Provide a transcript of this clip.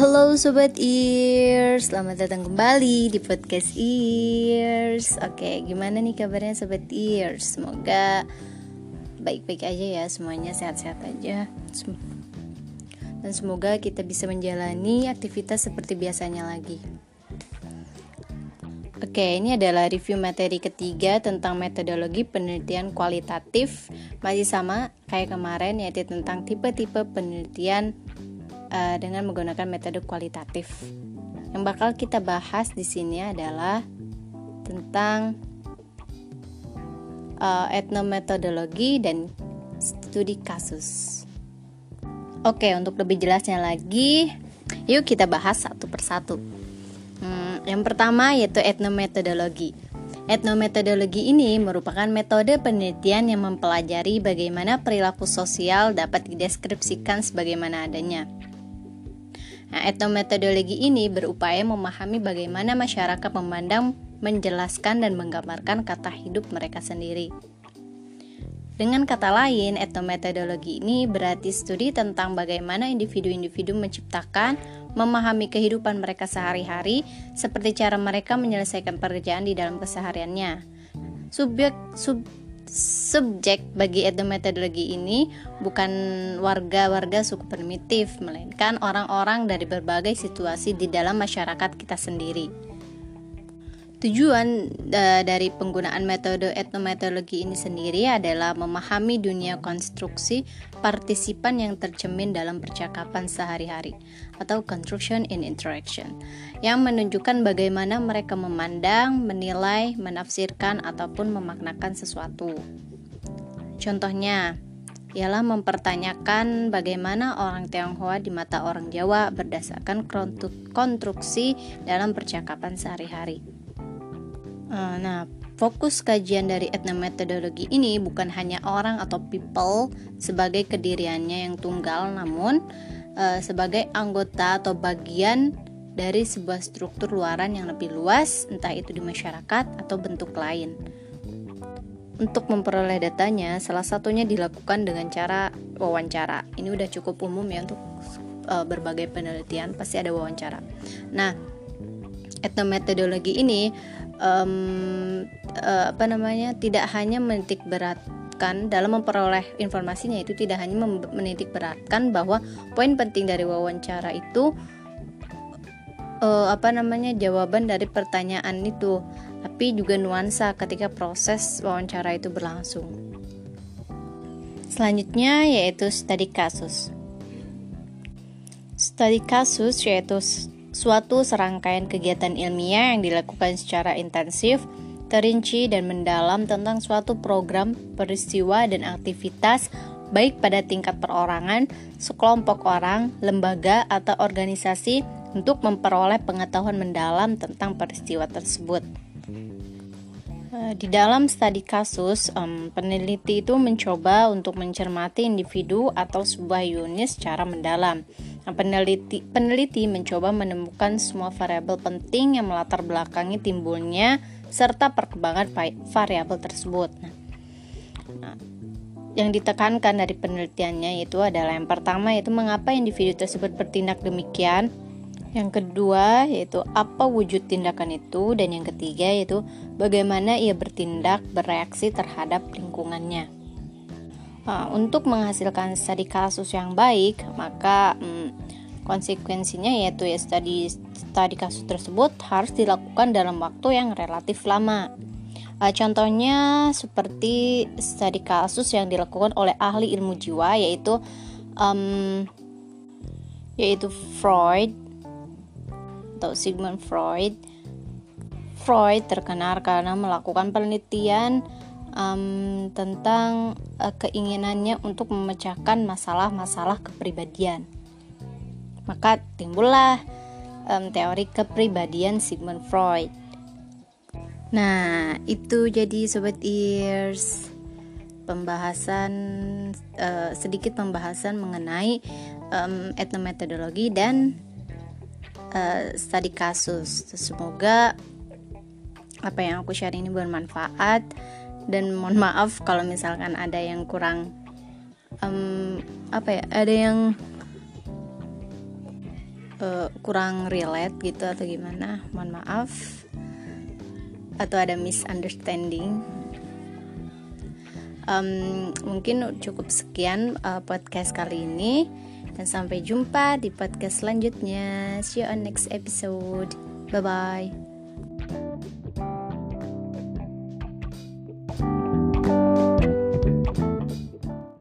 Halo Sobat Ears, selamat datang kembali di podcast Ears. Oke, gimana nih kabarnya Sobat Ears? Semoga baik-baik aja ya, semuanya sehat-sehat aja. Dan semoga kita bisa menjalani aktivitas seperti biasanya lagi. Oke, ini adalah review materi ketiga tentang metodologi penelitian kualitatif. Masih sama kayak kemarin, yaitu tentang tipe-tipe penelitian dengan menggunakan metode kualitatif. Yang bakal kita bahas di sini adalah tentang etnometodologi dan studi kasus. Oke, untuk lebih jelasnya lagi, yuk kita bahas satu persatu. Yang pertama yaitu etnometodologi. Etnometodologi ini merupakan metode penelitian yang mempelajari bagaimana perilaku sosial dapat dideskripsikan sebagaimana adanya. Nah, etnometodologi ini berupaya memahami bagaimana masyarakat memandang, menjelaskan, dan menggambarkan kata hidup mereka sendiri. Dengan kata lain, etnometodologi ini berarti studi tentang bagaimana individu-individu menciptakan, memahami kehidupan mereka sehari-hari, seperti cara mereka menyelesaikan pekerjaan di dalam kesehariannya. Subjek bagi etnometodologi ini bukan warga-warga suku primitif, melainkan orang-orang dari berbagai situasi di dalam masyarakat kita sendiri. Tujuan dari penggunaan metode etnometodologi ini sendiri adalah memahami dunia konstruksi partisipan yang tercermin dalam percakapan sehari-hari atau construction in interaction, yang menunjukkan bagaimana mereka memandang, menilai, menafsirkan, ataupun memaknakan sesuatu. Contohnya ialah mempertanyakan bagaimana orang Tionghoa di mata orang Jawa berdasarkan konstruksi dalam percakapan sehari-hari. Nah, fokus kajian dari etnometodologi ini bukan hanya orang atau people sebagai kediriannya yang tunggal, namun sebagai anggota atau bagian dari sebuah struktur luaran yang lebih luas, entah itu di masyarakat atau bentuk lain. Untuk memperoleh datanya, salah satunya dilakukan dengan cara wawancara. Ini udah cukup umum ya untuk berbagai penelitian, pasti ada wawancara. Nah, etnometodologi ini tidak hanya menitik beratkan dalam memperoleh informasinya, itu tidak hanya menitik beratkan bahwa poin penting dari wawancara itu jawaban dari pertanyaan itu, tapi juga nuansa ketika proses wawancara itu berlangsung. Selanjutnya yaitu studi kasus. Studi kasus yaitu suatu serangkaian kegiatan ilmiah yang dilakukan secara intensif, terinci, dan mendalam tentang suatu program, peristiwa, dan aktivitas baik pada tingkat perorangan, sekelompok orang, lembaga, atau organisasi untuk memperoleh pengetahuan mendalam tentang peristiwa tersebut. Di dalam studi kasus, peneliti itu mencoba untuk mencermati individu atau sebuah unit secara mendalam. Nah, peneliti mencoba menemukan semua variabel penting yang melatar belakangi timbulnya serta perkembangan variabel tersebut. Nah, yang ditekankan dari penelitiannya itu adalah yang pertama yaitu mengapa individu tersebut bertindak demikian. Yang kedua yaitu apa wujud tindakan itu, dan yang ketiga yaitu bagaimana ia bertindak bereaksi terhadap lingkungannya. Untuk menghasilkan studi kasus yang baik, maka konsekuensinya yaitu studi kasus tersebut harus dilakukan dalam waktu yang relatif lama. Contohnya seperti studi kasus yang dilakukan oleh ahli ilmu jiwa yaitu Freud atau Sigmund Freud. Freud terkenal karena melakukan penelitian tentang keinginannya untuk memecahkan masalah-masalah kepribadian. Maka timbullah teori kepribadian Sigmund Freud. Nah, itu jadi Sobat Ears sedikit pembahasan mengenai etnometodologi dan studi kasus. Semoga apa yang aku share ini bermanfaat, dan mohon maaf kalau misalkan ada yang kurang ada yang kurang relate gitu atau gimana, mohon maaf, atau ada misunderstanding. Mungkin cukup sekian podcast kali ini, dan sampai jumpa di podcast selanjutnya. See you on next episode. Bye bye.